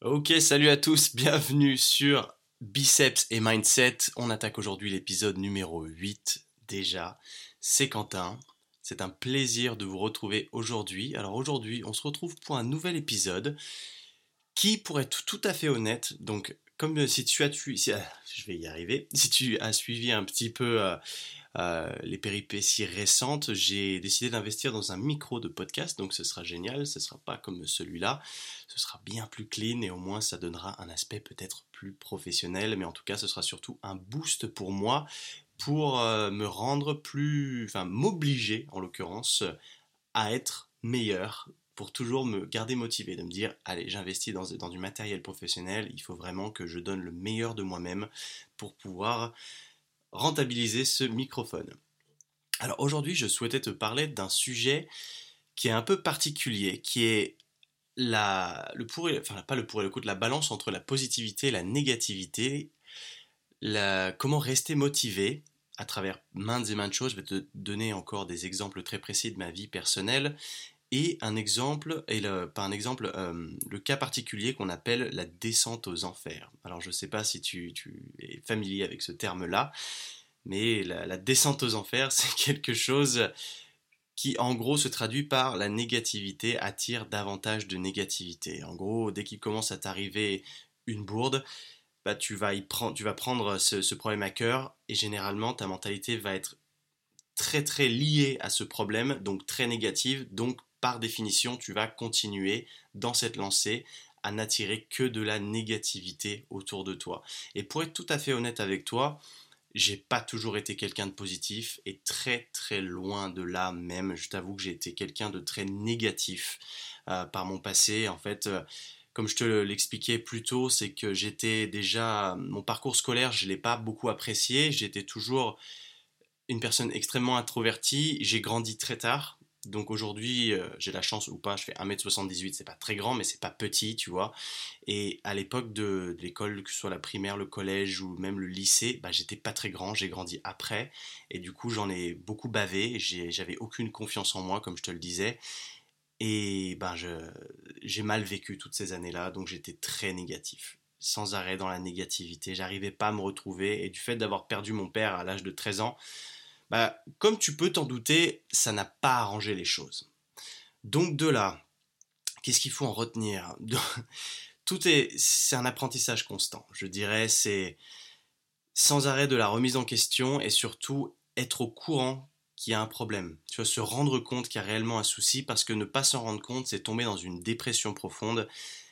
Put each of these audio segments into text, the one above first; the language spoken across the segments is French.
Ok, salut à tous, bienvenue sur Biceps et Mindset. On attaque aujourd'hui l'épisode numéro 8 déjà. C'est Quentin. C'est un plaisir de vous retrouver aujourd'hui. Alors aujourd'hui, on se retrouve pour un nouvel épisode qui, pour être tout à fait honnête, donc comme si tu as je vais y arriver, si tu as suivi un petit peu les péripéties récentes, j'ai décidé d'investir dans un micro de podcast, donc ce sera génial, ce sera pas comme celui-là, ce sera bien plus clean et au moins ça donnera un aspect peut-être plus professionnel, mais en tout cas ce sera surtout un boost pour moi, pour me rendre plus, enfin m'obliger en l'occurrence à être meilleur, pour toujours me garder motivé, de me dire, allez, j'investis dans du matériel professionnel, il faut vraiment que je donne le meilleur de moi-même pour pouvoir rentabiliser ce microphone. Alors aujourd'hui, je souhaitais te parler d'un sujet qui est un peu particulier, qui est le pour et, enfin pas le pour et le contre, la balance entre la positivité et la négativité, comment rester motivé à travers maintes et maintes choses. Je vais te donner encore des exemples très précis de ma vie personnelle et un exemple, pas un exemple, le cas particulier qu'on appelle la descente aux enfers. Alors je ne sais pas si tu es familier avec ce terme-là, mais la descente aux enfers, c'est quelque chose qui en gros se traduit par la négativité attire davantage de négativité. En gros, dès qu'il commence à t'arriver une bourde, bah, tu vas prendre ce problème à cœur et généralement ta mentalité va être très très liée à ce problème, donc très négative, donc par définition tu vas continuer dans cette lancée à n'attirer que de la négativité autour de toi. Et pour être tout à fait honnête avec toi, j'ai pas toujours été quelqu'un de positif et très très loin de là même. Je t'avoue que j'ai été quelqu'un de très négatif par mon passé. En fait, comme je te l'expliquais plus tôt, c'est que j'étais déjà mon parcours scolaire, je l'ai pas beaucoup apprécié. J'étais toujours une personne extrêmement introvertie. J'ai grandi très tard. Donc aujourd'hui, j'ai la chance ou pas, je fais 1,78 m, c'est pas très grand, mais c'est pas petit, tu vois. Et à l'époque de l'école, que ce soit la primaire, le collège ou même le lycée, bah, j'étais pas très grand, j'ai grandi après. Et du coup, j'en ai beaucoup bavé. J'avais aucune confiance en moi, comme je te le disais. Et ben, j'ai mal vécu toutes ces années-là, donc j'étais très négatif. Sans arrêt dans la négativité. J'arrivais pas à me retrouver. Et du fait d'avoir perdu mon père à l'âge de 13 ans, bah, comme tu peux t'en douter, ça n'a pas arrangé les choses. Donc de là, qu'est-ce qu'il faut en retenir? C'est un apprentissage constant. Je dirais, c'est sans arrêt de la remise en question et surtout être au courant qu'il y a un problème. Tu vois, se rendre compte qu'il y a réellement un souci parce que ne pas s'en rendre compte, c'est tomber dans une dépression profonde.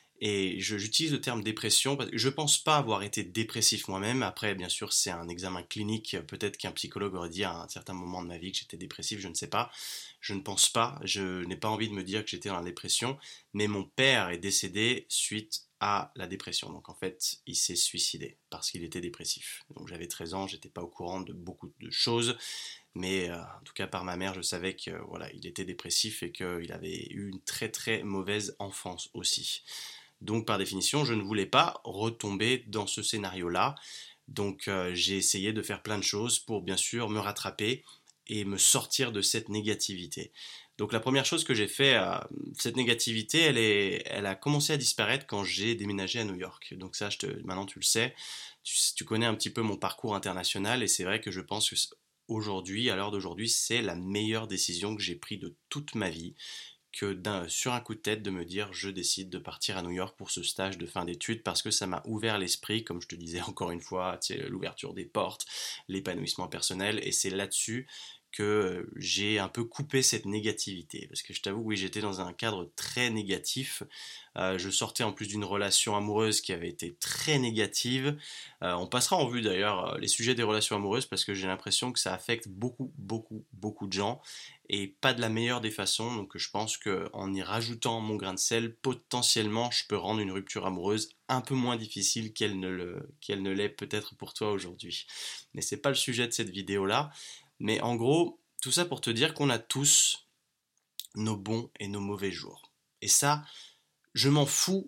Et j'utilise le terme dépression parce que je pense pas avoir été dépressif moi-même. Après, bien sûr, c'est un examen clinique. Peut-être qu'un psychologue aurait dit à un certain moment de ma vie que j'étais dépressif, je ne sais pas. Je ne pense pas. Je n'ai pas envie de me dire que j'étais dans la dépression. Mais mon père est décédé suite à la dépression. Donc en fait, il s'est suicidé parce qu'il était dépressif. Donc j'avais 13 ans, j'étais pas au courant de beaucoup de choses. Mais en tout cas, par ma mère, je savais que voilà, il était dépressif et qu'il avait eu une très très mauvaise enfance aussi. Donc par définition, je ne voulais pas retomber dans ce scénario-là. Donc j'ai essayé de faire plein de choses pour bien sûr me rattraper et me sortir de cette négativité. Donc la première chose que j'ai fait, cette négativité, elle a commencé à disparaître quand j'ai déménagé à New York. Donc ça, maintenant tu le sais, tu connais un petit peu mon parcours international et c'est vrai que je pense que aujourd'hui, à l'heure d'aujourd'hui, c'est la meilleure décision que j'ai prise de toute ma vie que sur un coup de tête de me dire je décide de partir à New York pour ce stage de fin d'études parce que ça m'a ouvert l'esprit, comme je te disais encore une fois, l'ouverture des portes, l'épanouissement personnel et c'est là-dessus que j'ai un peu coupé cette négativité parce que je t'avoue oui j'étais dans un cadre très négatif. Je sortais en plus d'une relation amoureuse qui avait été très négative. On passera en vue d'ailleurs les sujets des relations amoureuses parce que j'ai l'impression que ça affecte beaucoup de gens et pas de la meilleure des façons. Donc je pense qu'en y rajoutant mon grain de sel, potentiellement je peux rendre une rupture amoureuse un peu moins difficile qu'elle ne l'est peut-être pour toi aujourd'hui. Mais c'est pas le sujet de cette vidéo là. Mais en gros, tout ça pour te dire qu'on a tous nos bons et nos mauvais jours. Et ça, je m'en fous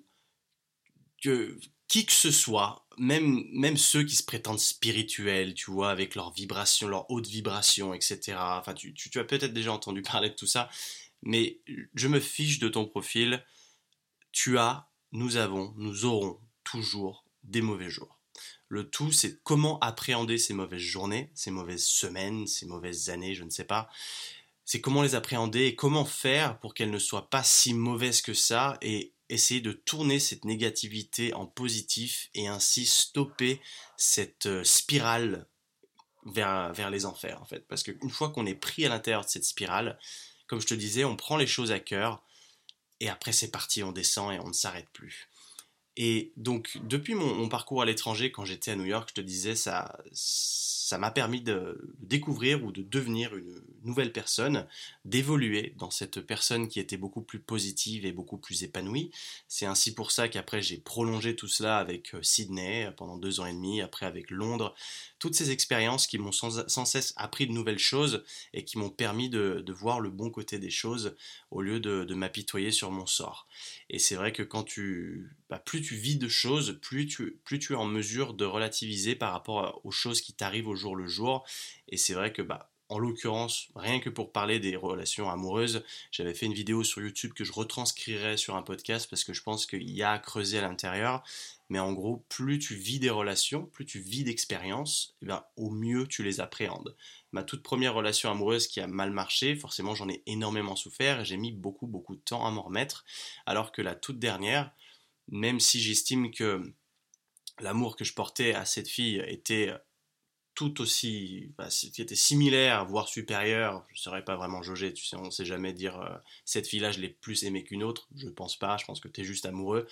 que qui que ce soit, même ceux qui se prétendent spirituels, tu vois, avec leurs vibrations, leurs hautes vibrations, etc. Enfin, tu as peut-être déjà entendu parler de tout ça, mais je me fiche de ton profil. Tu as nous aurons toujours des mauvais jours. Le tout, c'est comment appréhender ces mauvaises journées, ces mauvaises semaines, ces mauvaises années, je ne sais pas. C'est comment les appréhender et comment faire pour qu'elles ne soient pas si mauvaises que ça et essayer de tourner cette négativité en positif et ainsi stopper cette spirale vers les enfers en fait. Parce qu'une fois qu'on est pris à l'intérieur de cette spirale, comme je te disais, on prend les choses à cœur et après c'est parti, on descend et on ne s'arrête plus. Et donc, depuis mon parcours à l'étranger, quand j'étais à New York, je te disais, ça m'a permis de découvrir ou de devenir une nouvelle personne, d'évoluer dans cette personne qui était beaucoup plus positive et beaucoup plus épanouie. C'est ainsi pour ça qu'après, j'ai prolongé tout cela avec Sydney pendant 2 ans et demi, après avec Londres. Toutes ces expériences qui m'ont sans cesse appris de nouvelles choses et qui m'ont permis de voir le bon côté des choses au lieu de m'apitoyer sur mon sort. Et c'est vrai que plus tu vis de choses, plus tu es en mesure de relativiser par rapport aux choses qui t'arrivent au jour le jour. Et c'est vrai que en l'occurrence, rien que pour parler des relations amoureuses, j'avais fait une vidéo sur YouTube que je retranscrirai sur un podcast parce que je pense qu'il y a à creuser à l'intérieur. Mais en gros, plus tu vis des relations, plus tu vis d'expériences, au mieux tu les appréhendes. Ma toute première relation amoureuse qui a mal marché, forcément j'en ai énormément souffert et j'ai mis beaucoup de temps à m'en remettre. Alors que la toute dernière, même si j'estime que l'amour que je portais à cette fille était tout aussi, qui était similaire, voire supérieur, je ne saurais pas vraiment jauger, tu sais, on ne sait jamais dire cette fille-là je l'ai plus aimée qu'une autre, je pense pas, je pense que tu es juste amoureux.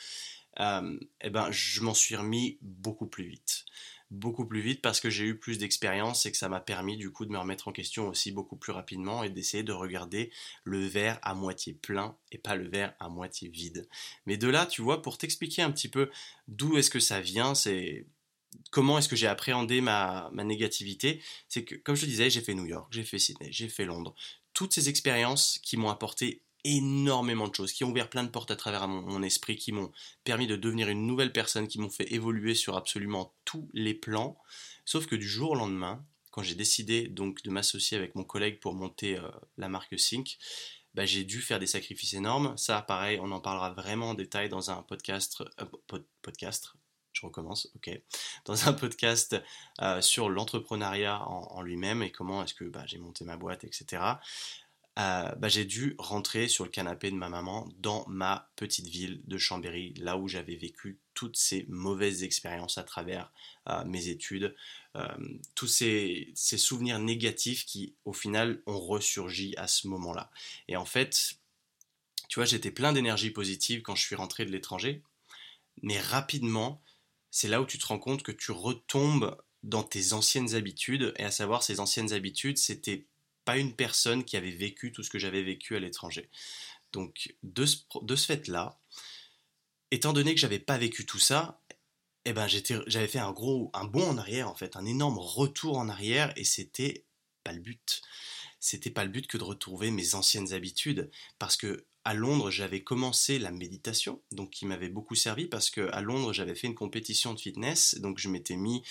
Je m'en suis remis beaucoup plus vite parce que j'ai eu plus d'expérience et que ça m'a permis du coup de me remettre en question aussi beaucoup plus rapidement et d'essayer de regarder le verre à moitié plein et pas le verre à moitié vide. Mais de là, tu vois, pour t'expliquer un petit peu d'où est-ce que ça vient, c'est comment est-ce que j'ai appréhendé ma négativité, c'est que comme je te disais, j'ai fait New York, j'ai fait Sydney, j'ai fait Londres, toutes ces expériences qui m'ont apporté énormément de choses, qui ont ouvert plein de portes à travers mon esprit, qui m'ont permis de devenir une nouvelle personne, qui m'ont fait évoluer sur absolument tous les plans. Sauf que du jour au lendemain, quand j'ai décidé donc de m'associer avec mon collègue pour monter la marque Sync, j'ai dû faire des sacrifices énormes. Ça, pareil, on en parlera vraiment en détail dans un podcast. Je recommence, ok. Dans un podcast sur l'entrepreneuriat en lui-même et comment est-ce que j'ai monté ma boîte, etc. J'ai dû rentrer sur le canapé de ma maman dans ma petite ville de Chambéry, là où j'avais vécu toutes ces mauvaises expériences à travers mes études, tous ces souvenirs négatifs qui, au final, ont ressurgi à ce moment-là. Et en fait, tu vois, j'étais plein d'énergie positive quand je suis rentré de l'étranger, mais rapidement, c'est là où tu te rends compte que tu retombes dans tes anciennes habitudes, et à savoir, ces anciennes habitudes, c'était pas une personne qui avait vécu tout ce que j'avais vécu à l'étranger. Donc, de ce fait-là, étant donné que j'avais pas vécu tout ça, j'avais fait un bond en arrière, en fait, un énorme retour en arrière, et c'était pas le but. C'était pas le but que de retrouver mes anciennes habitudes, parce que à Londres, j'avais commencé la méditation, donc qui m'avait beaucoup servi, parce que à Londres, j'avais fait une compétition de fitness, donc je m'étais mis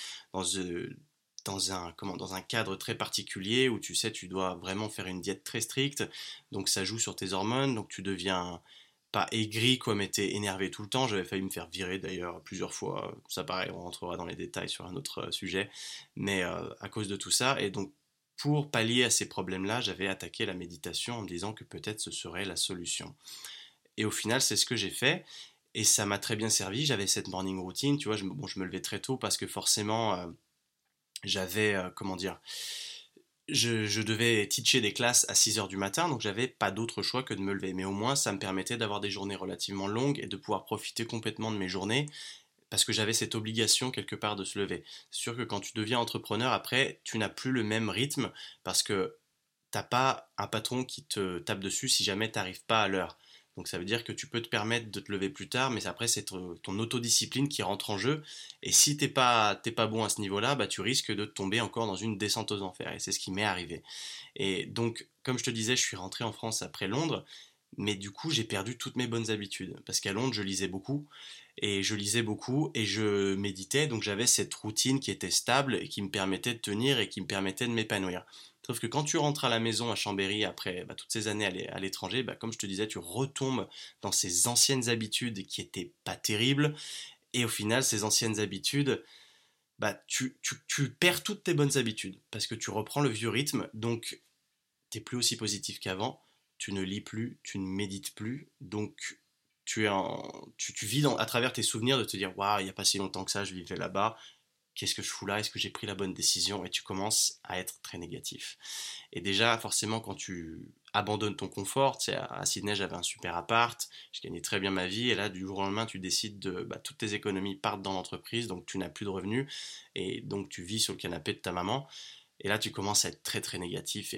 dans un cadre très particulier où tu sais, tu dois vraiment faire une diète très stricte, donc ça joue sur tes hormones, donc tu deviens pas aigri quoi, mais t'es énervé tout le temps. J'avais failli me faire virer d'ailleurs plusieurs fois. Ça pareil, on rentrera dans les détails sur un autre sujet, mais à cause de tout ça. Et donc pour pallier à ces problèmes-là, j'avais attaqué la méditation en me disant que peut-être ce serait la solution. Et au final, c'est ce que j'ai fait. Et ça m'a très bien servi. J'avais cette morning routine, tu vois. Je me levais très tôt parce que forcément, j'avais, comment dire, je devais teacher des classes à 6 heures du matin, donc j'avais pas d'autre choix que de me lever. Mais au moins, ça me permettait d'avoir des journées relativement longues et de pouvoir profiter complètement de mes journées parce que j'avais cette obligation quelque part de se lever. C'est sûr que quand tu deviens entrepreneur, après, tu n'as plus le même rythme parce que t'as pas un patron qui te tape dessus si jamais t'arrives pas à l'heure. Donc ça veut dire que tu peux te permettre de te lever plus tard, mais après c'est ton autodiscipline qui rentre en jeu. Et si t'es pas bon à ce niveau-là, tu risques de tomber encore dans une descente aux enfers. Et c'est ce qui m'est arrivé. Et donc, comme je te disais, je suis rentré en France après Londres. Mais du coup, j'ai perdu toutes mes bonnes habitudes. Parce qu'à Londres, je lisais beaucoup et je méditais, donc j'avais cette routine qui était stable et qui me permettait de tenir et qui me permettait de m'épanouir. Sauf que quand tu rentres à la maison à Chambéry après toutes ces années à l'étranger, comme je te disais, tu retombes dans ces anciennes habitudes qui étaient pas terribles. Et au final, ces anciennes habitudes, tu perds toutes tes bonnes habitudes parce que tu reprends le vieux rythme, donc t'es plus aussi positif qu'avant, tu ne lis plus, tu ne médites plus, donc tu vis à travers tes souvenirs de te dire waouh, il n'y a pas si longtemps que ça, je vivais là-bas, qu'est-ce que je fous là, est-ce que j'ai pris la bonne décision, et tu commences à être très négatif. Et déjà, forcément, quand tu abandonnes ton confort, tu sais, à Sydney, j'avais un super appart, je gagnais très bien ma vie, et là, du jour au lendemain, tu décides toutes tes économies partent dans l'entreprise, donc tu n'as plus de revenus, et donc tu vis sur le canapé de ta maman, et là, tu commences à être très très négatif et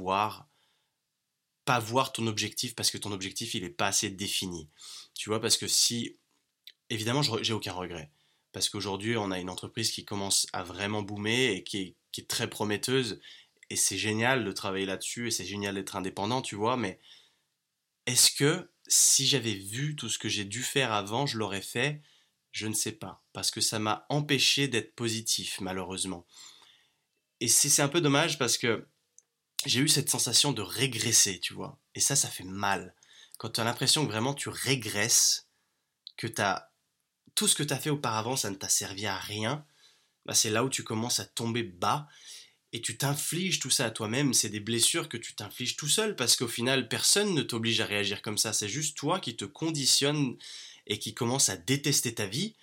pas voir ton objectif parce que ton objectif il est pas assez défini. Tu vois, parce que si, évidemment, j'ai aucun regret. Parce qu'aujourd'hui, on a une entreprise qui commence à vraiment boomer et qui est très prometteuse. Et c'est génial de travailler là-dessus et c'est génial d'être indépendant, tu vois. Mais est-ce que si j'avais vu tout ce que j'ai dû faire avant, je l'aurais fait? Je ne sais pas. Parce que ça m'a empêché d'être positif, malheureusement. Et c'est un peu dommage parce que j'ai eu cette sensation de régresser, tu vois. Et ça fait mal. Quand tu as l'impression que vraiment tu régresses, que tout ce que tu as fait auparavant, ça ne t'a servi à rien, c'est là où tu commences à tomber bas et tu t'infliges tout ça à toi-même. C'est des blessures que tu t'infliges tout seul parce qu'au final, personne ne t'oblige à réagir comme ça. C'est juste toi qui te conditionne et qui commence à détester ta vie.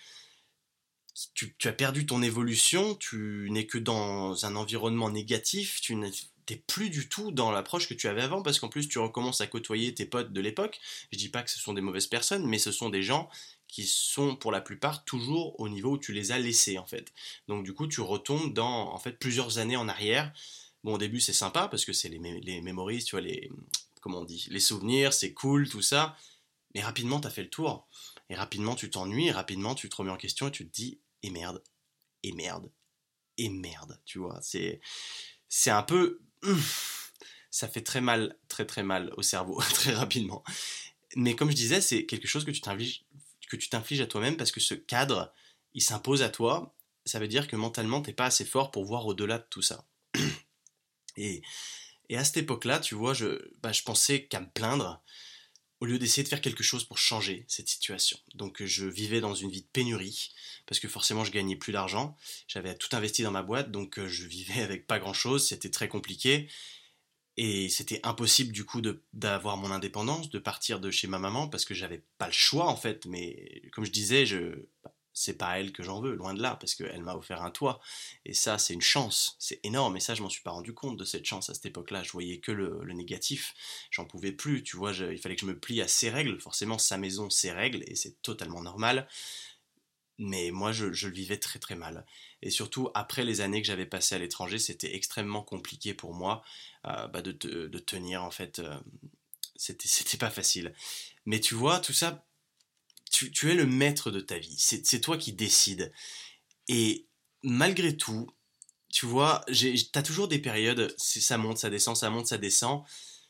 Tu as perdu ton évolution, tu n'es que dans un environnement négatif, tu n'es plus du tout dans l'approche que tu avais avant parce qu'en plus tu recommences à côtoyer tes potes de l'époque. Je dis pas que ce sont des mauvaises personnes, mais ce sont des gens qui sont pour la plupart toujours au niveau où tu les as laissés en fait. Donc du coup tu retombes dans en fait plusieurs années en arrière. Bon, au début c'est sympa parce que c'est les memories, tu vois, comment on dit, les souvenirs, c'est cool tout ça, mais rapidement t'as fait le tour et rapidement tu t'ennuies, et rapidement tu te remets en question et tu te dis et merde, et merde, et merde, tu vois. C'est un peu. Ça fait très mal, très très mal au cerveau, très rapidement. Mais comme je disais, c'est quelque chose que tu t'infliges à toi-même parce que ce cadre, il s'impose à toi. Ça veut dire que mentalement, t'es pas assez fort pour voir au-delà de tout ça. Et, et à cette époque-là, tu vois, je pensais qu'à me plaindre, au lieu d'essayer de faire quelque chose pour changer cette situation. Donc je vivais dans une vie de pénurie, parce que forcément je gagnais plus d'argent, j'avais tout investi dans ma boîte, donc je vivais avec pas grand-chose, c'était très compliqué, et c'était impossible du coup d'avoir mon indépendance, de partir de chez ma maman, parce que j'avais pas le choix en fait, mais comme je disais, c'est pas à elle que j'en veux, loin de là, parce qu'elle m'a offert un toit. Et ça, c'est une chance, c'est énorme. Et ça, je m'en suis pas rendu compte de cette chance à cette époque-là. Je voyais que le négatif. J'en pouvais plus, tu vois. Il fallait que je me plie à ses règles. Forcément, sa maison, ses règles, et c'est totalement normal. Mais moi, je le vivais très très mal. Et surtout, après les années que j'avais passées à l'étranger, c'était extrêmement compliqué pour moi de tenir, en fait. C'était pas facile. Mais tu vois, tout ça, tu es le maître de ta vie. C'est toi qui décides. Et malgré tout, tu vois, t'as toujours des périodes, ça monte, ça descend, ça monte, ça descend.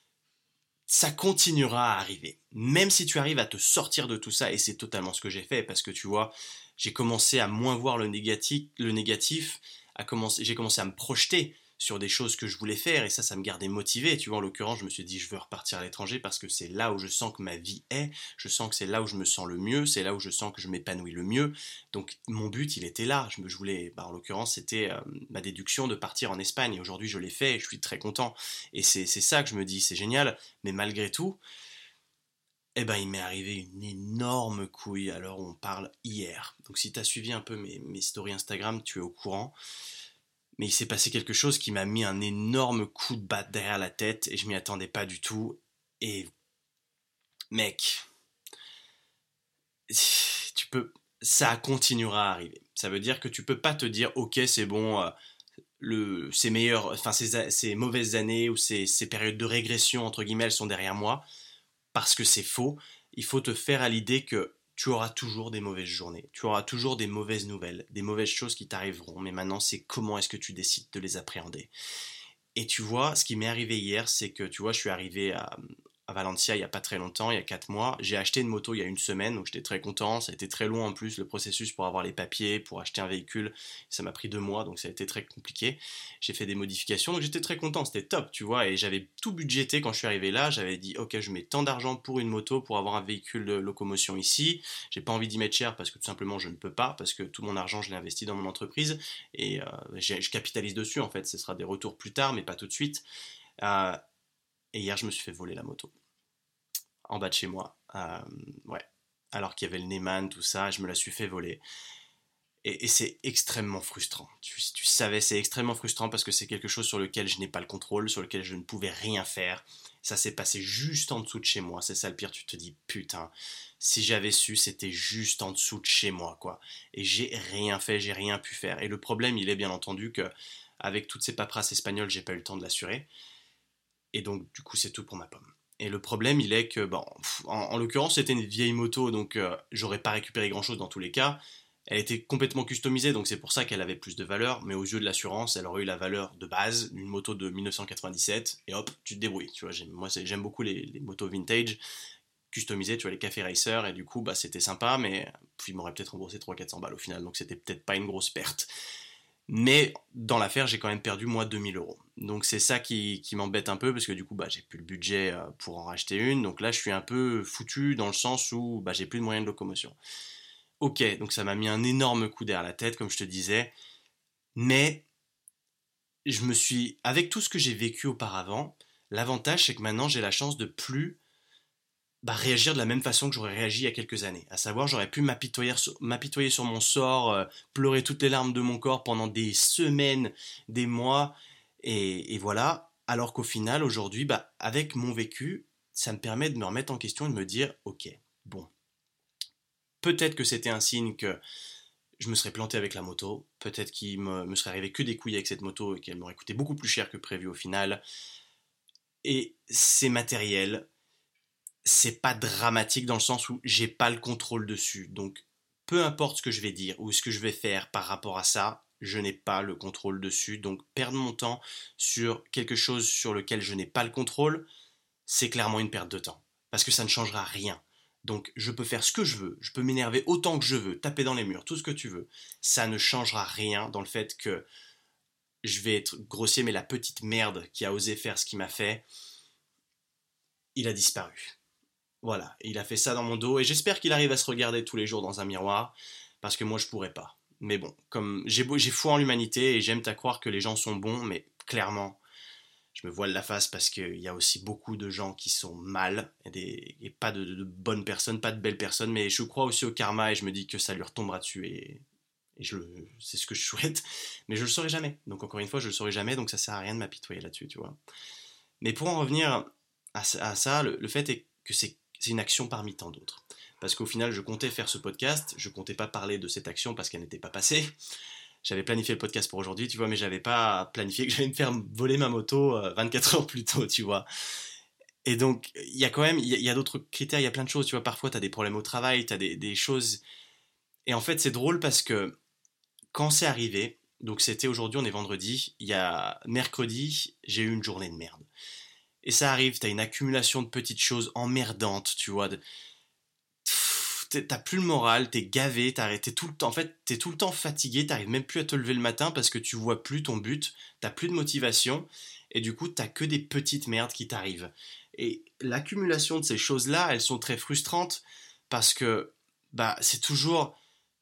Ça continuera à arriver. Même si tu arrives à te sortir de tout ça, et c'est totalement ce que j'ai fait, parce que tu vois, j'ai commencé à moins voir le négatif, j'ai commencé à me projeter sur des choses que je voulais faire, et ça me gardait motivé. Tu vois, en l'occurrence, je me suis dit, je veux repartir à l'étranger parce que c'est là où je sens que ma vie est, je sens que c'est là où je me sens le mieux, c'est là où je sens que je m'épanouis le mieux. Donc, mon but, il était là. Je voulais, en l'occurrence, c'était ma déduction de partir en Espagne. Et aujourd'hui, je l'ai fait et je suis très content. Et c'est ça que je me dis, c'est génial. Mais malgré tout, il m'est arrivé une énorme couille. Alors on parle hier. Donc si tu as suivi un peu mes stories Instagram, tu es au courant. Mais il s'est passé quelque chose qui m'a mis un énorme coup de batte derrière la tête et je m'y attendais pas du tout. Et mec, ça continuera à arriver. Ça veut dire que tu peux pas te dire ok c'est bon, ces meilleures, enfin ces mauvaises années ou ces périodes de régression entre guillemets elles sont derrière moi. Parce que c'est faux. Il faut te faire à l'idée que tu auras toujours des mauvaises journées, tu auras toujours des mauvaises nouvelles, des mauvaises choses qui t'arriveront, mais maintenant c'est comment est-ce que tu décides de les appréhender. Et tu vois, ce qui m'est arrivé hier, c'est que tu vois, je suis arrivé à Valencia il n'y a pas très longtemps, il y a 4 mois. J'ai acheté une moto il y a une semaine, donc j'étais très content. Ça a été très long en plus, le processus pour avoir les papiers, pour acheter un véhicule. Ça m'a pris 2 mois, donc ça a été très compliqué. J'ai fait des modifications, donc j'étais très content, c'était top, tu vois. Et j'avais tout budgété quand je suis arrivé là. J'avais dit, ok, je mets tant d'argent pour une moto, pour avoir un véhicule de locomotion ici. J'ai pas envie d'y mettre cher parce que tout simplement je ne peux pas, parce que tout mon argent je l'ai investi dans mon entreprise. Et je capitalise dessus en fait. Ce sera des retours plus tard, mais pas tout de suite. Euh, et hier, je me suis fait voler la moto en bas de chez moi. Ouais. Alors qu'il y avait le Neyman, tout ça, je me la suis fait voler. Et c'est extrêmement frustrant. Tu savais, c'est extrêmement frustrant parce que c'est quelque chose sur lequel je n'ai pas le contrôle, sur lequel je ne pouvais rien faire. Ça s'est passé juste en dessous de chez moi. C'est ça le pire, tu te dis, putain, si j'avais su, c'était juste en dessous de chez moi, quoi. Et j'ai rien fait, j'ai rien pu faire. Et le problème, il est bien entendu que, avec toutes ces paperasses espagnoles, j'ai pas eu le temps de l'assurer. Et donc, du coup, c'est tout pour ma pomme. Et le problème, il est que, bon, en l'occurrence, c'était une vieille moto, donc j'aurais pas récupéré grand chose dans tous les cas. Elle était complètement customisée, donc c'est pour ça qu'elle avait plus de valeur, mais aux yeux de l'assurance, elle aurait eu la valeur de base d'une moto de 1997, et hop, tu te débrouilles. Tu vois, moi, j'aime beaucoup les motos vintage, customisées, tu vois, les cafés racer, et du coup, bah, c'était sympa, mais puis, il m'aurait peut-être remboursé 300-400 balles au final, donc c'était peut-être pas une grosse perte. Mais dans l'affaire, j'ai quand même perdu moi 2 000 euros. Donc c'est ça qui m'embête un peu parce que du coup bah, j'ai plus le budget pour en racheter une. Donc là je suis un peu foutu dans le sens où bah, j'ai plus de moyens de locomotion. Ok, donc ça m'a mis un énorme coup derrière la tête comme je te disais. Mais avec tout ce que j'ai vécu auparavant, l'avantage c'est que maintenant j'ai la chance de plus réagir de la même façon que j'aurais réagi il y a quelques années. À savoir, j'aurais pu m'apitoyer sur mon sort, pleurer toutes les larmes de mon corps pendant des semaines, des mois, et voilà. Alors qu'au final, aujourd'hui, avec mon vécu, ça me permet de me remettre en question et de me dire, ok, bon, peut-être que c'était un signe que je me serais planté avec la moto, peut-être qu'il me serait arrivé que des couilles avec cette moto et qu'elle m'aurait coûté beaucoup plus cher que prévu au final. Et c'est matériel, c'est pas dramatique dans le sens où j'ai pas le contrôle dessus. Donc, peu importe ce que je vais dire ou ce que je vais faire par rapport à ça, je n'ai pas le contrôle dessus. Donc, perdre mon temps sur quelque chose sur lequel je n'ai pas le contrôle, c'est clairement une perte de temps. Parce que ça ne changera rien. Donc, je peux faire ce que je veux, je peux m'énerver autant que je veux, taper dans les murs, tout ce que tu veux. Ça ne changera rien dans le fait que je vais être grossier, mais la petite merde qui a osé faire ce qu'il m'a fait, il a disparu. Voilà, il a fait ça dans mon dos et j'espère qu'il arrive à se regarder tous les jours dans un miroir parce que moi je pourrais pas. Mais bon, comme j'ai foi en l'humanité et j'aime à croire que les gens sont bons, mais clairement, je me voile la face parce qu'il y a aussi beaucoup de gens qui sont mal et pas de bonnes personnes, pas de belles personnes, mais je crois aussi au karma et je me dis que ça lui retombera dessus c'est ce que je souhaite, mais je le saurai jamais. Donc encore une fois, je le saurai jamais, donc ça sert à rien de m'apitoyer là-dessus, tu vois. Mais pour en revenir à ça, le fait est que c'est une action parmi tant d'autres. Parce qu'au final, je comptais faire ce podcast, je comptais pas parler de cette action parce qu'elle n'était pas passée. J'avais planifié le podcast pour aujourd'hui, tu vois, mais j'avais pas planifié que j'allais me faire voler ma moto 24 heures plus tôt, tu vois. Et donc, il y a quand même, il y a d'autres critères, il y a plein de choses, tu vois. Parfois, tu as des problèmes au travail, tu as des choses. Et en fait, c'est drôle parce que quand c'est arrivé, donc c'était aujourd'hui, on est vendredi, il y a mercredi, j'ai eu une journée de merde. Et ça arrive, t'as une accumulation de petites choses emmerdantes, tu vois. T'as plus le moral, t'es gavé, t'es tout le temps, en fait, t'es tout le temps fatigué, t'arrives même plus à te lever le matin parce que tu vois plus ton but, t'as plus de motivation, et du coup, t'as que des petites merdes qui t'arrivent. Et l'accumulation de ces choses-là, elles sont très frustrantes parce que, c'est toujours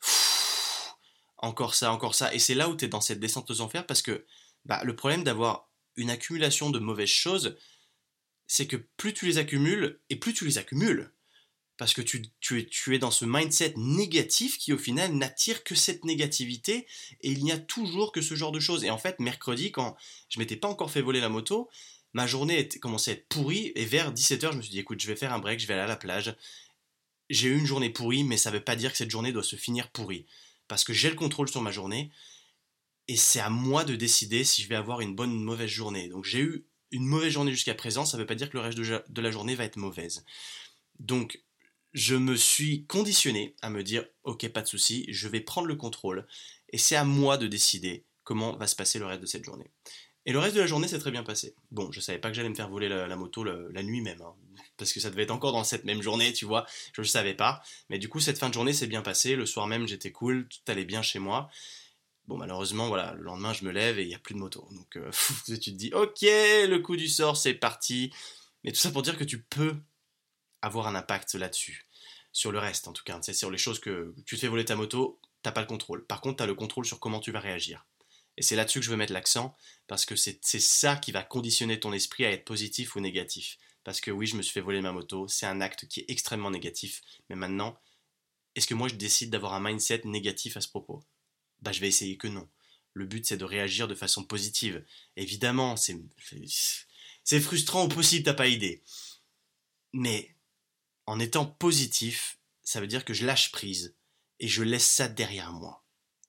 encore ça, et c'est là où t'es dans cette descente aux enfers parce que, le problème d'avoir une accumulation de mauvaises choses, c'est que plus tu les accumules, et plus tu les accumules, parce que tu es dans ce mindset négatif qui au final n'attire que cette négativité, et il n'y a toujours que ce genre de choses. Et en fait, mercredi, quand je m'étais pas encore fait voler la moto, ma journée commençait à être pourrie, et vers 17h, je me suis dit, écoute, je vais faire un break, je vais aller à la plage. J'ai eu une journée pourrie, mais ça veut pas dire que cette journée doit se finir pourrie, parce que j'ai le contrôle sur ma journée, et c'est à moi de décider si je vais avoir une bonne ou une mauvaise journée. Donc j'ai eu une mauvaise journée jusqu'à présent, ça ne veut pas dire que le reste de la journée va être mauvaise. Donc je me suis conditionné à me dire, ok, pas de souci, je vais prendre le contrôle, et c'est à moi de décider comment va se passer le reste de cette journée. Et le reste de la journée s'est très bien passé. Bon, je savais pas que j'allais me faire voler la moto la nuit même, hein. parce que ça devait être encore dans cette même journée, tu vois, je ne savais pas. Mais du coup, cette fin de journée s'est bien passée, le soir même j'étais cool, tout allait bien chez moi. Bon, malheureusement, voilà, le lendemain je me lève et il n'y a plus de moto. Donc tu te dis, ok, le coup du sort, c'est parti. Mais tout ça pour dire que tu peux avoir un impact là-dessus. Sur le reste, en tout cas. C'est sur les choses que tu te fais voler ta moto, t'as pas le contrôle. Par contre, t'as le contrôle sur comment tu vas réagir. Et c'est là-dessus que je veux mettre l'accent, parce que c'est ça qui va conditionner ton esprit à être positif ou négatif. Parce que oui, je me suis fait voler ma moto, c'est un acte qui est extrêmement négatif. Mais maintenant, est-ce que moi je décide d'avoir un mindset négatif à ce propos? Bah, je vais essayer que non. Le but, c'est de réagir de façon positive. Évidemment, c'est frustrant au possible, t'as pas idée. Mais en étant positif, ça veut dire que je lâche prise et je laisse ça derrière moi.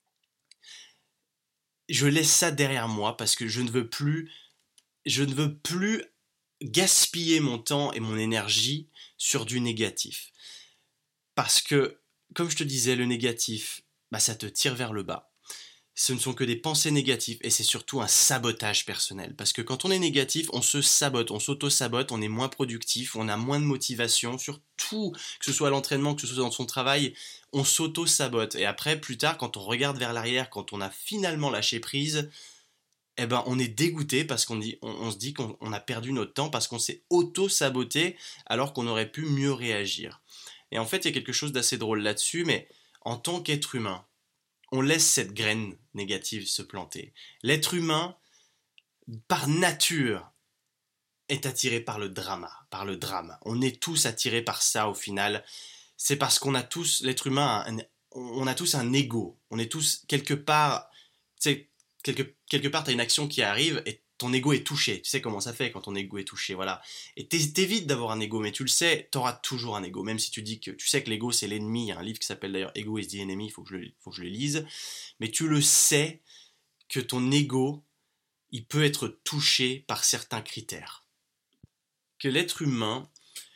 Je laisse ça derrière moi parce que je ne veux plus gaspiller mon temps et mon énergie sur du négatif. Parce que, comme je te disais, le négatif, bah, ça te tire vers le bas. Ce ne sont que des pensées négatives et c'est surtout un sabotage personnel. Parce que quand on est négatif, on se sabote, on s'auto-sabote, on est moins productif, on a moins de motivation, surtout que ce soit à l'entraînement, que ce soit dans son travail, on s'auto-sabote. Et après, plus tard, quand on regarde vers l'arrière, quand on a finalement lâché prise, eh ben, on est dégoûté parce on se dit qu'on a perdu notre temps parce qu'on s'est auto-saboté alors qu'on aurait pu mieux réagir. Et en fait, il y a quelque chose d'assez drôle là-dessus, mais en tant qu'être humain, on laisse cette graine négative se planter. L'être humain, par nature, est attiré par le drama, par le drame. On est tous attirés par ça au final. C'est parce qu'on a tous, l'être humain, on a tous un ego. On est tous quelque part, tu sais, quelque part, t'as une action qui arrive et ton ego est touché. Tu sais comment ça fait quand ton ego est touché, voilà. Et t'évites d'avoir un ego, mais tu le sais, t'auras toujours un ego. Même si tu dis que tu sais que l'ego c'est l'ennemi, il y a un livre qui s'appelle d'ailleurs Ego is the Enemy, il faut que je le lise. Mais tu le sais que ton ego, il peut être touché par certains critères. Que l'être humain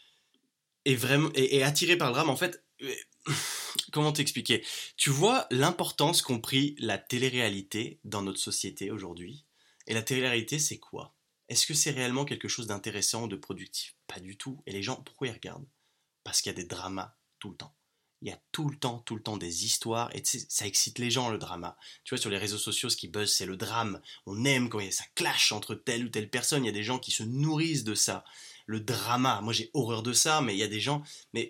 est attiré par le drame, en fait. Comment t'expliquer? Tu vois l'importance qu'ont pris la télé-réalité dans notre société aujourd'hui. Et la télé-réalité, c'est quoi? Est-ce que c'est réellement quelque chose d'intéressant, de productif? Pas du tout. Et les gens, pourquoi ils regardent? Parce qu'il y a des dramas tout le temps. Il y a tout le temps des histoires, et tu sais, ça excite les gens le drama. Tu vois, sur les réseaux sociaux, ce qui buzz, c'est le drame. On aime quand ça clash entre telle ou telle personne. Il y a des gens qui se nourrissent de ça. Le drama, moi j'ai horreur de ça, mais il y a des gens. Mais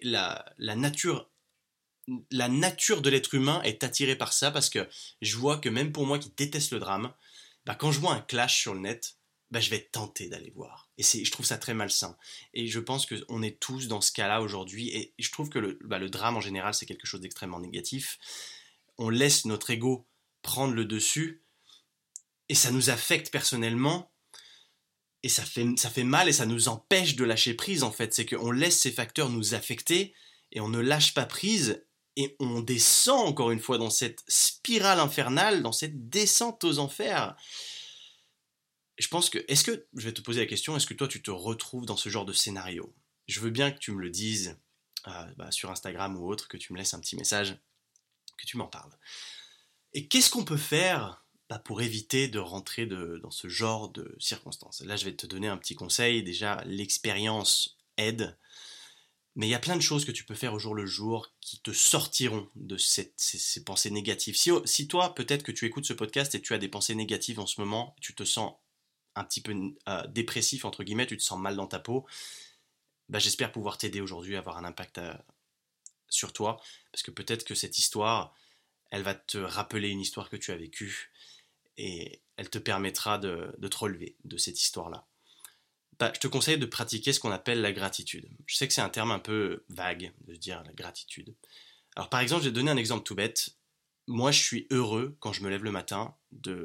la nature de l'être humain est attirée par ça parce que je vois que même pour moi qui déteste le drame, bah, quand je vois un clash sur le net, bah, je vais être tenté d'aller voir. Et je trouve ça très malsain. Et je pense qu'on est tous dans ce cas-là aujourd'hui. Et je trouve que le drame en général, c'est quelque chose d'extrêmement négatif. On laisse notre ego prendre le dessus et ça nous affecte personnellement. Et ça fait mal et ça nous empêche de lâcher prise en fait. C'est qu'on laisse ces facteurs nous affecter et on ne lâche pas prise et on descend encore une fois dans cette spirale infernale, dans cette descente aux enfers. Je pense que, je vais te poser la question, est-ce que toi tu te retrouves dans ce genre de scénario? Je veux bien que tu me le dises sur Instagram ou autre, que tu me laisses un petit message, que tu m'en parles. Et qu'est-ce qu'on peut faire pour éviter de rentrer dans ce genre de circonstances? Là, je vais te donner un petit conseil. Déjà, l'expérience aide. Mais il y a plein de choses que tu peux faire au jour le jour qui te sortiront de ces pensées négatives. Si toi, peut-être que tu écoutes ce podcast et tu as des pensées négatives en ce moment, tu te sens un petit peu dépressif, entre guillemets, tu te sens mal dans ta peau, j'espère pouvoir t'aider aujourd'hui à avoir un impact sur toi. Parce que peut-être que cette histoire, elle va te rappeler une histoire que tu as vécue et elle te permettra de te relever de cette histoire-là. Je te conseille de pratiquer ce qu'on appelle la gratitude. Je sais que c'est un terme un peu vague de dire la gratitude. Alors par exemple, je vais te donner un exemple tout bête. Moi, je suis heureux quand je me lève le matin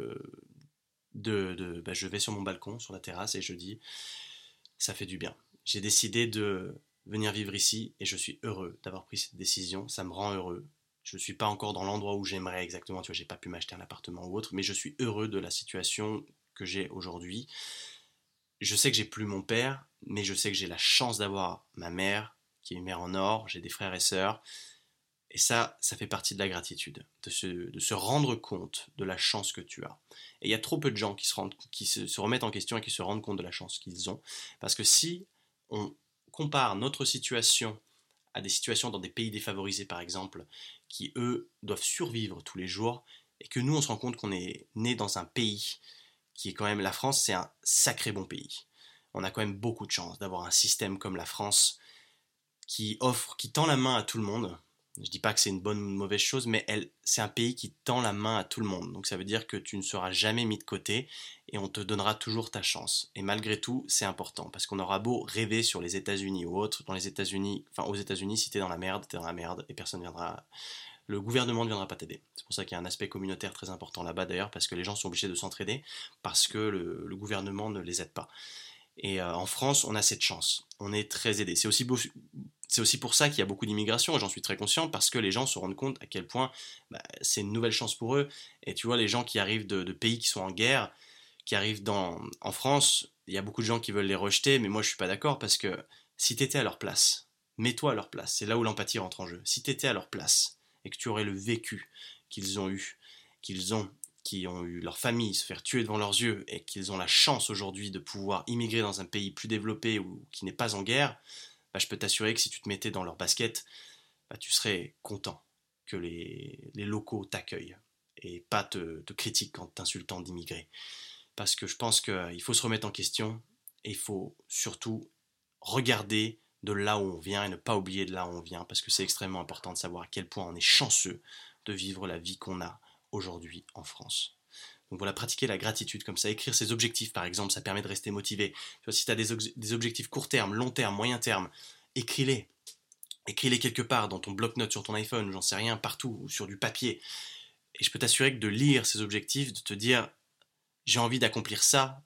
je vais sur mon balcon, sur la terrasse et je dis ça fait du bien. J'ai décidé de venir vivre ici et je suis heureux d'avoir pris cette décision. Ça me rend heureux. Je ne suis pas encore dans l'endroit où j'aimerais exactement, tu vois, j'ai pas pu m'acheter un appartement ou autre, mais je suis heureux de la situation que j'ai aujourd'hui. Je sais que j'ai plus mon père, mais je sais que j'ai la chance d'avoir ma mère, qui est une mère en or, j'ai des frères et sœurs, et ça fait partie de la gratitude, de se rendre compte de la chance que tu as. Et il y a trop peu de gens qui se remettent en question et qui se rendent compte de la chance qu'ils ont, parce que si on compare notre situation à des situations dans des pays défavorisés par exemple, qui eux doivent survivre tous les jours, et que nous on se rend compte qu'on est né dans un pays qui est quand même, la France c'est un sacré bon pays. On a quand même beaucoup de chance d'avoir un système comme la France qui tend la main à tout le monde. Je dis pas que c'est une bonne ou une mauvaise chose, mais c'est un pays qui tend la main à tout le monde. Donc ça veut dire que tu ne seras jamais mis de côté et on te donnera toujours ta chance. Et malgré tout, c'est important parce qu'on aura beau rêver sur les États-Unis ou autres, dans les États-Unis, enfin aux États-Unis, si t'es dans la merde, t'es dans la merde et personne viendra. Le gouvernement ne viendra pas t'aider. C'est pour ça qu'il y a un aspect communautaire très important là-bas d'ailleurs, parce que les gens sont obligés de s'entraider parce que le gouvernement ne les aide pas. Et en France, on a cette chance. On est très aidé. C'est aussi pour ça qu'il y a beaucoup d'immigration, et j'en suis très conscient, parce que les gens se rendent compte à quel point c'est une nouvelle chance pour eux. Et tu vois, les gens qui arrivent de pays qui sont en guerre, qui arrivent en France, il y a beaucoup de gens qui veulent les rejeter, mais moi je suis pas d'accord, parce que si tu étais à leur place, mets-toi à leur place, c'est là où l'empathie rentre en jeu. Si tu étais à leur place, et que tu aurais le vécu qu'ils ont eu, qu'ils ont, qui ont eu leur famille se faire tuer devant leurs yeux, et qu'ils ont la chance aujourd'hui de pouvoir immigrer dans un pays plus développé ou qui n'est pas en guerre, je peux t'assurer que si tu te mettais dans leur basket, tu serais content que les locaux t'accueillent et pas te critiquent en t'insultant d'immigrer. Parce que je pense qu'il faut se remettre en question et il faut surtout regarder de là où on vient et ne pas oublier de là où on vient, parce que c'est extrêmement important de savoir à quel point on est chanceux de vivre la vie qu'on a aujourd'hui en France. Donc voilà, pratiquer la gratitude comme ça, écrire ses objectifs par exemple, ça permet de rester motivé. Tu vois, si tu as des objectifs court terme, long terme, moyen terme, écris-les. Écris-les quelque part dans ton bloc-notes sur ton iPhone, j'en sais rien, partout, ou sur du papier. Et je peux t'assurer que de lire ces objectifs, de te dire j'ai envie d'accomplir ça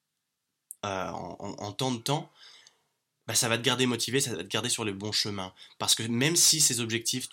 en tant de temps, ça va te garder motivé, ça va te garder sur le bon chemin. Parce que même si ces objectifs,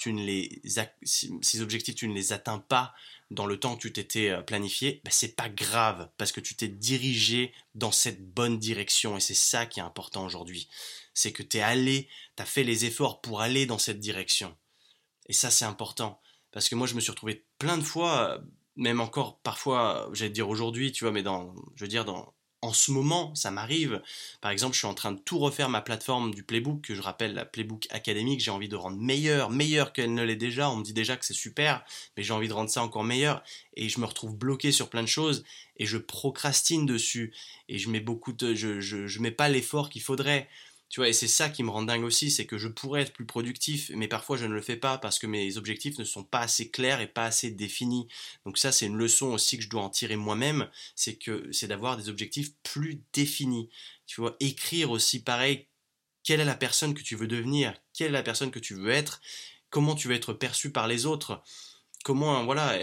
ces objectifs, tu ne les atteins pas dans le temps que tu t'étais planifié, c'est pas grave, parce que tu t'es dirigé dans cette bonne direction. Et c'est ça qui est important aujourd'hui. C'est que tu as fait les efforts pour aller dans cette direction. Et ça, c'est important. Parce que moi, je me suis retrouvé plein de fois, même encore parfois, j'allais te dire aujourd'hui, tu vois, mais en ce moment, ça m'arrive. Par exemple, je suis en train de tout refaire ma plateforme du Playbook, que je rappelle la Playbook Academy, que j'ai envie de rendre meilleure qu'elle ne l'est déjà. On me dit déjà que c'est super, mais j'ai envie de rendre ça encore meilleur. Et je me retrouve bloqué sur plein de choses et je procrastine dessus. Et je mets pas l'effort qu'il faudrait. Tu vois, et c'est ça qui me rend dingue aussi, c'est que je pourrais être plus productif, mais parfois je ne le fais pas parce que mes objectifs ne sont pas assez clairs et pas assez définis. Donc ça, c'est une leçon aussi que je dois en tirer moi-même, c'est d'avoir des objectifs plus définis. Tu vois, écrire aussi pareil, quelle est la personne que tu veux devenir, quelle est la personne que tu veux être, comment tu veux être perçu par les autres, comment, voilà,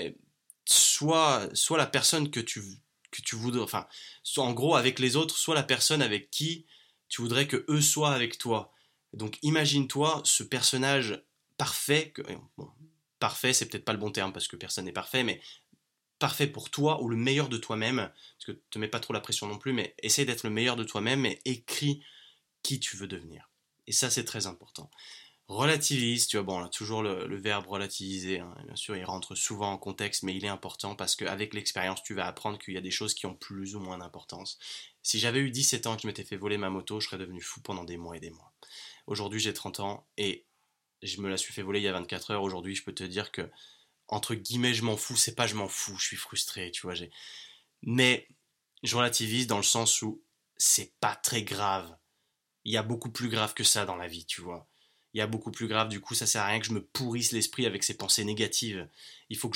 soit la personne que tu voudrais, enfin, soit en gros avec les autres, soit la personne avec qui tu voudrais que eux soient avec toi. Donc imagine-toi ce personnage parfait, bon, parfait c'est peut-être pas le bon terme parce que personne n'est parfait, mais parfait pour toi ou le meilleur de toi-même, parce que te mets pas trop la pression non plus, mais essaye d'être le meilleur de toi-même et écris qui tu veux devenir. Et ça c'est très important. Relativise, tu vois, bon, on a toujours le verbe relativiser, hein, bien sûr, il rentre souvent en contexte, mais il est important parce qu'avec l'expérience, tu vas apprendre qu'il y a des choses qui ont plus ou moins d'importance. Si j'avais eu 17 ans et que je m'étais fait voler ma moto, je serais devenu fou pendant des mois et des mois. Aujourd'hui, j'ai 30 ans et je me la suis fait voler il y a 24 heures. Aujourd'hui, je peux te dire que, entre guillemets, je m'en fous, c'est pas je m'en fous, je suis frustré, tu vois, mais je relativise dans le sens où c'est pas très grave. Il y a beaucoup plus grave que ça dans la vie, tu vois. Il y a beaucoup plus grave, du coup, ça sert à rien que je me pourrisse l'esprit avec ces pensées négatives. Il faut que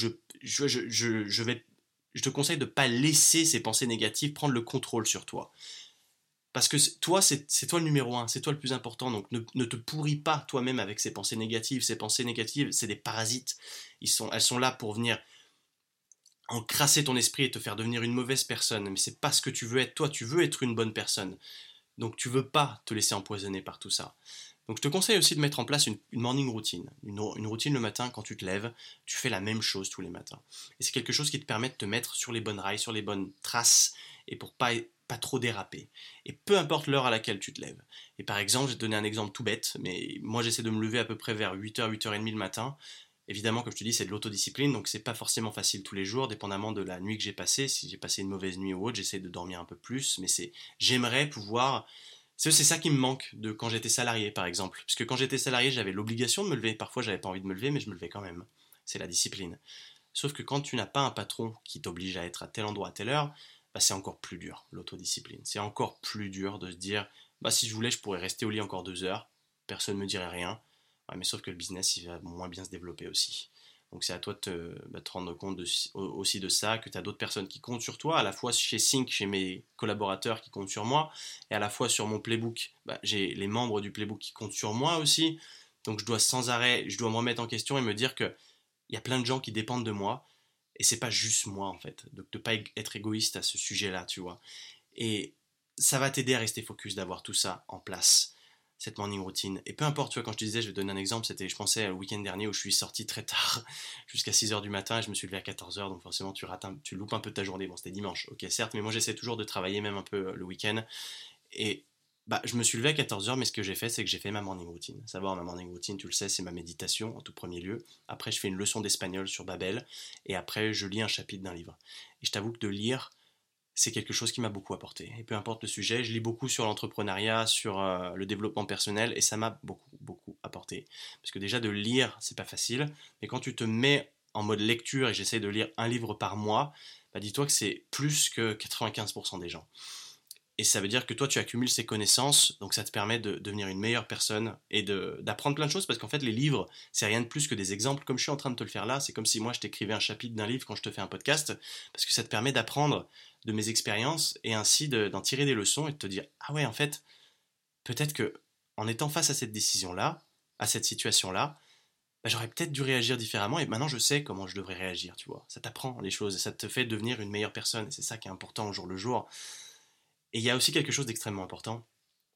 je te conseille de ne pas laisser ces pensées négatives prendre le contrôle sur toi. Parce que toi, c'est toi le numéro un, c'est toi le plus important. Donc ne te pourris pas toi-même avec ces pensées négatives. Ces pensées négatives, c'est des parasites. Elles sont là pour venir encrasser ton esprit et te faire devenir une mauvaise personne. Mais c'est pas ce que tu veux être. Toi, tu veux être une bonne personne. Donc tu veux pas te laisser empoisonner par tout ça. Donc je te conseille aussi de mettre en place une morning routine. Une routine le matin, quand tu te lèves, tu fais la même chose tous les matins. Et c'est quelque chose qui te permet de te mettre sur les bonnes rails, sur les bonnes traces, et pour pas trop déraper. Et peu importe l'heure à laquelle tu te lèves. Et par exemple, je vais te donner un exemple tout bête, mais moi j'essaie de me lever à peu près vers 8h, 8h30 le matin. Évidemment, comme je te dis, c'est de l'autodiscipline, donc c'est pas forcément facile tous les jours, dépendamment de la nuit que j'ai passée. Si j'ai passé une mauvaise nuit ou autre, j'essaie de dormir un peu plus, mais j'aimerais pouvoir C'est ça qui me manque de quand j'étais salarié, par exemple. Parce que quand j'étais salarié, j'avais l'obligation de me lever. Parfois, j'avais pas envie de me lever, mais je me levais quand même. C'est la discipline. Sauf que quand tu n'as pas un patron qui t'oblige à être à tel endroit à telle heure, bah, c'est encore plus dur, l'autodiscipline. C'est encore plus dur de se dire, bah, si je voulais, je pourrais rester au lit encore 2 heures, personne ne me dirait rien. Ouais, mais sauf que le business, il va moins bien se développer aussi. Donc c'est à toi de te rendre compte aussi de ça, que tu as d'autres personnes qui comptent sur toi, à la fois chez Sync, chez mes collaborateurs qui comptent sur moi, et à la fois sur mon playbook, bah, j'ai les membres du playbook qui comptent sur moi aussi. Donc je dois sans arrêt, je dois me remettre en question et me dire que il y a plein de gens qui dépendent de moi, et c'est pas juste moi en fait, de ne pas être égoïste à ce sujet-là, tu vois. Et ça va t'aider à rester focus, d'avoir tout ça en place, cette morning routine. Et peu importe, tu vois, quand je te disais, je vais te donner un exemple, c'était, je pensais au week-end dernier où je suis sorti très tard, jusqu'à 6 heures du matin, et je me suis levé à 14 heures, donc forcément tu loupes un peu ta journée. Bon, c'était dimanche, ok, certes, mais moi j'essaie toujours de travailler même un peu le week-end. Et bah, je me suis levé à 14 heures, mais ce que j'ai fait, c'est que j'ai fait ma morning routine. Savoir ma morning routine, tu le sais, c'est ma méditation en tout premier lieu. Après, je fais une leçon d'espagnol sur Babel, et après, je lis un chapitre d'un livre. Et je t'avoue que de lire, c'est quelque chose qui m'a beaucoup apporté. Et peu importe le sujet, je lis beaucoup sur l'entrepreneuriat, sur le développement personnel, et ça m'a beaucoup, beaucoup apporté. Parce que déjà, de lire, c'est pas facile, mais quand tu te mets en mode lecture, et j'essaie de lire un livre par mois, bah dis-toi que c'est plus que 95% des gens. Et ça veut dire que toi, tu accumules ces connaissances, donc ça te permet de devenir une meilleure personne et d'apprendre plein de choses, parce qu'en fait, les livres, c'est rien de plus que des exemples, comme je suis en train de te le faire là. C'est comme si moi, je t'écrivais un chapitre d'un livre quand je te fais un podcast, parce que ça te permet d'apprendre de mes expériences et ainsi d'en tirer des leçons et de te dire, ah ouais, en fait, peut-être que en étant face à cette décision-là, à cette situation-là, bah, j'aurais peut-être dû réagir différemment et maintenant je sais comment je devrais réagir, tu vois. Ça t'apprend les choses et ça te fait devenir une meilleure personne et c'est ça qui est important au jour le jour. Et il y a aussi quelque chose d'extrêmement important,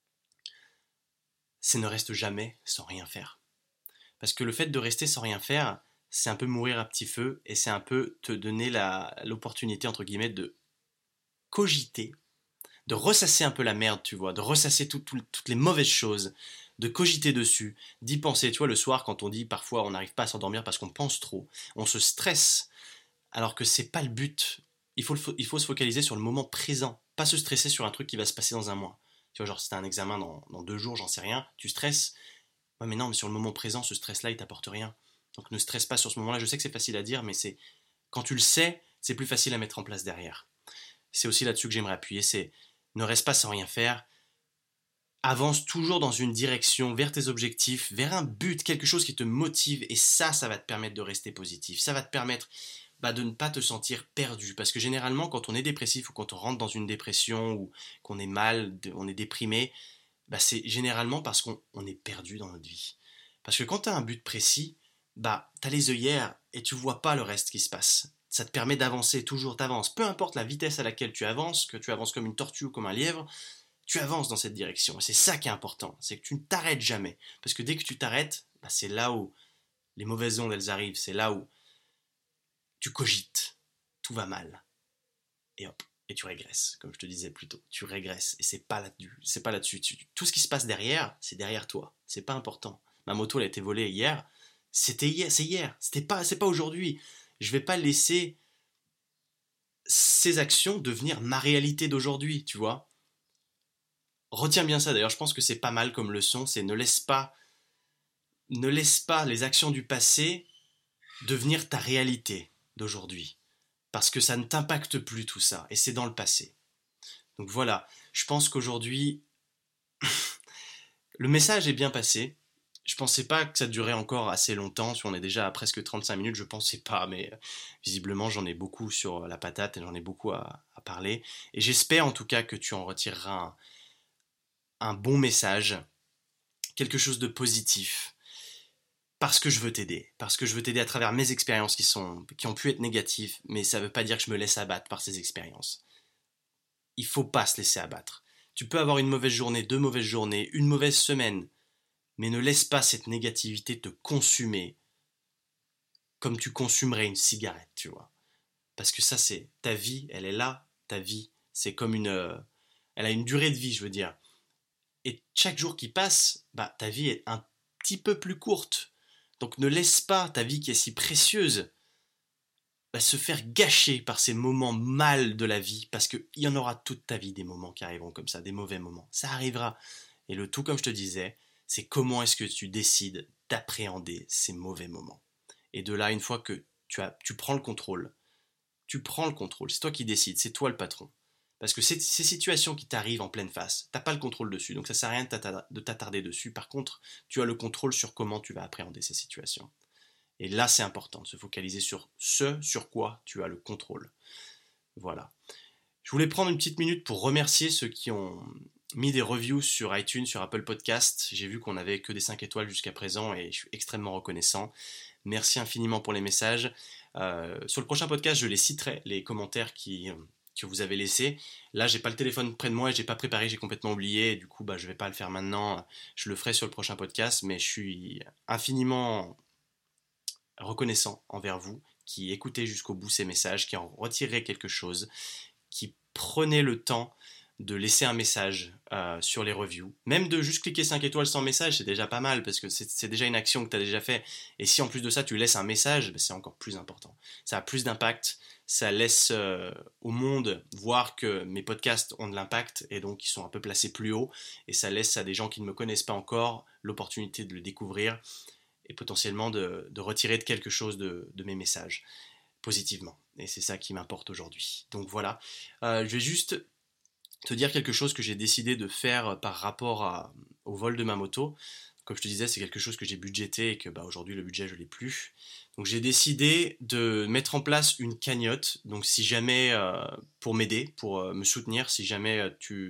c'est ne reste jamais sans rien faire. Parce que le fait de rester sans rien faire, c'est un peu mourir à petit feu et c'est un peu te donner l'opportunité, entre guillemets, de cogiter, de ressasser un peu la merde, tu vois, de ressasser toutes les mauvaises choses, de cogiter dessus, d'y penser. Tu vois, le soir, quand on dit parfois on n'arrive pas à s'endormir parce qu'on pense trop, on se stresse, alors que c'est pas le but. Il faut se focaliser sur le moment présent, pas se stresser sur un truc qui va se passer dans un mois. Tu vois, genre si t'as un examen dans 2 jours, j'en sais rien, tu stresses. Ouais, mais non, mais sur le moment présent, ce stress-là, il t'apporte rien. Donc ne stresse pas sur ce moment-là. Je sais que c'est facile à dire, mais c'est quand tu le sais, c'est plus facile à mettre en place derrière. C'est aussi là-dessus que j'aimerais appuyer, c'est ne reste pas sans rien faire, avance toujours dans une direction, vers tes objectifs, vers un but, quelque chose qui te motive, et ça va te permettre de rester positif. Ça va te permettre de ne pas te sentir perdu. Parce que généralement, quand on est dépressif ou quand on rentre dans une dépression ou qu'on est mal, on est déprimé, c'est généralement parce qu'on est perdu dans notre vie. Parce que quand tu as un but précis, tu as les œillères et tu vois pas le reste qui se passe. Ça te permet d'avancer, toujours t'avances. Peu importe la vitesse à laquelle tu avances, que tu avances comme une tortue ou comme un lièvre, tu avances dans cette direction. Et c'est ça qui est important, c'est que tu ne t'arrêtes jamais. Parce que dès que tu t'arrêtes, c'est là où les mauvaises ondes, elles arrivent. C'est là où tu cogites, tout va mal. Et hop, et tu régresses, comme je te disais plus tôt. Tu régresses, et c'est pas là-dessus. Tout ce qui se passe derrière, c'est derrière toi. C'est pas important. Ma moto, elle a été volée hier. C'était hier, c'est hier. C'est pas aujourd'hui. Je vais pas laisser ces actions devenir ma réalité d'aujourd'hui, tu vois. Retiens bien ça. D'ailleurs, je pense que c'est pas mal comme leçon. C'est ne laisse pas les actions du passé devenir ta réalité d'aujourd'hui. Parce que ça ne t'impacte plus tout ça. Et c'est dans le passé. Donc voilà, je pense qu'aujourd'hui, le message est bien passé. Je pensais pas que ça durait encore assez longtemps, si on est déjà à presque 35 minutes, je pensais pas, mais visiblement j'en ai beaucoup sur la patate et j'en ai beaucoup à parler. Et j'espère en tout cas que tu en retireras un bon message, quelque chose de positif, parce que je veux t'aider, parce que je veux t'aider à travers mes expériences qui ont pu être négatives, mais ça veut pas dire que je me laisse abattre par ces expériences. Il faut pas se laisser abattre. Tu peux avoir une mauvaise journée, 2 mauvaises journées, une mauvaise semaine, mais ne laisse pas cette négativité te consumer comme tu consumerais une cigarette, tu vois. Parce que ça, c'est ta vie, elle est là, ta vie. C'est comme elle a une durée de vie, je veux dire. Et chaque jour qui passe, ta vie est un petit peu plus courte. Donc ne laisse pas ta vie qui est si précieuse se faire gâcher par ces moments mal de la vie, parce qu'il y en aura toute ta vie des moments qui arriveront comme ça, des mauvais moments. Ça arrivera. Et le tout, comme je te disais, c'est comment est-ce que tu décides d'appréhender ces mauvais moments. Et de là, une fois que tu prends le contrôle, c'est toi qui décides, c'est toi le patron. Parce que ces situations qui t'arrivent en pleine face, t'as pas le contrôle dessus, donc ça sert à rien de t'attarder dessus. Par contre, tu as le contrôle sur comment tu vas appréhender ces situations. Et là, c'est important de se focaliser sur ce sur quoi tu as le contrôle. Voilà. Je voulais prendre une petite minute pour remercier ceux qui ont mis des reviews sur iTunes, sur Apple Podcast. J'ai vu qu'on n'avait que des 5 étoiles jusqu'à présent et je suis extrêmement reconnaissant. Merci infiniment pour les messages. Sur le prochain podcast, je les citerai, les commentaires que vous avez laissés. Là, j'ai pas le téléphone près de moi et j'ai pas préparé, j'ai complètement oublié. Et du coup, je vais pas le faire maintenant. Je le ferai sur le prochain podcast, mais je suis infiniment reconnaissant envers vous qui écoutez jusqu'au bout ces messages, qui en retirez quelque chose, qui prenez le temps de laisser un message sur les reviews. Même de juste cliquer 5 étoiles sans message, c'est déjà pas mal, parce que c'est déjà une action que tu as déjà fait. Et si en plus de ça, tu laisses un message, c'est encore plus important. Ça a plus d'impact, ça laisse au monde voir que mes podcasts ont de l'impact, et donc ils sont un peu placés plus haut, et ça laisse à des gens qui ne me connaissent pas encore l'opportunité de le découvrir, et potentiellement de retirer de quelque chose de mes messages positivement. Et c'est ça qui m'importe aujourd'hui. Donc voilà, je vais juste te dire quelque chose que j'ai décidé de faire par rapport au vol de ma moto. Comme je te disais, c'est quelque chose que j'ai budgété et que aujourd'hui le budget je l'ai plus. Donc j'ai décidé de mettre en place une cagnotte. Donc si jamais, pour m'aider, pour me soutenir, si jamais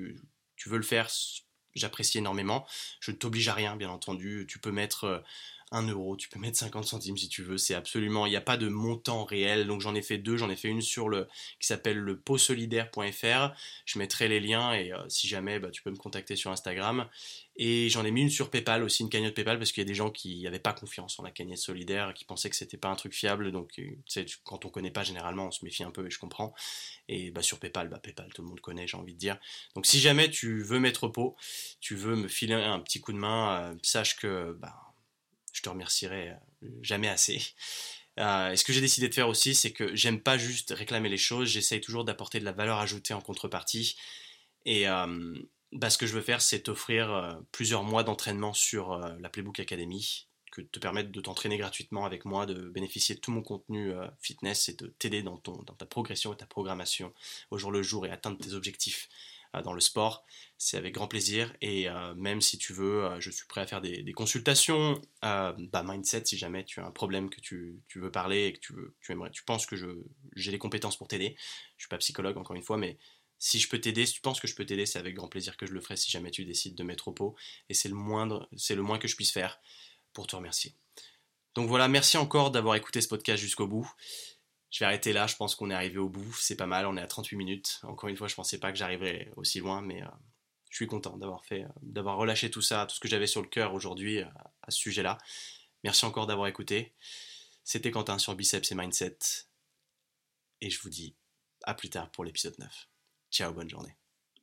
tu veux le faire, j'apprécie énormément. Je ne t'oblige à rien, bien entendu. Tu peux mettre 1 euro, tu peux mettre 50 centimes si tu veux, c'est absolument, il n'y a pas de montant réel, donc j'en ai fait deux, j'en ai fait une sur qui s'appelle le potsolidaire.fr, je mettrai les liens et si jamais tu peux me contacter sur Instagram, et j'en ai mis une sur Paypal aussi, une cagnotte Paypal, parce qu'il y a des gens qui n'avaient pas confiance en la cagnotte solidaire, qui pensaient que c'était pas un truc fiable, donc tu sais, quand on connaît pas généralement, on se méfie un peu et je comprends, et sur Paypal, Paypal tout le monde connaît, j'ai envie de dire, donc si jamais tu veux mettre au pot, tu veux me filer un petit coup de main, sache que je te remercierai jamais assez. Et ce que j'ai décidé de faire aussi, c'est que j'aime pas juste réclamer les choses, j'essaye toujours d'apporter de la valeur ajoutée en contrepartie. Et ce que je veux faire, c'est t'offrir plusieurs mois d'entraînement sur la Playbook Academy, que te permettre de t'entraîner gratuitement avec moi, de bénéficier de tout mon contenu fitness et de t'aider dans ta progression et ta programmation au jour le jour et atteindre tes objectifs dans le sport. C'est avec grand plaisir et même si tu veux, je suis prêt à faire des consultations mindset si jamais tu as un problème que tu veux parler et que tu penses que j'ai les compétences pour t'aider. Je suis pas psychologue encore une fois, mais si je peux t'aider, si tu penses que je peux t'aider, c'est avec grand plaisir que je le ferai si jamais tu décides de mettre au pot et c'est le moins que je puisse faire pour te remercier. Donc voilà, merci encore d'avoir écouté ce podcast jusqu'au bout. Je vais arrêter là, je pense qu'on est arrivé au bout, c'est pas mal, on est à 38 minutes. Encore une fois, je pensais pas que j'arriverais aussi loin, mais je suis content d'avoir relâché tout ça, tout ce que j'avais sur le cœur aujourd'hui à ce sujet-là. Merci encore d'avoir écouté. C'était Quentin sur Biceps et Mindset. Et je vous dis à plus tard pour l'épisode 9. Ciao, bonne journée.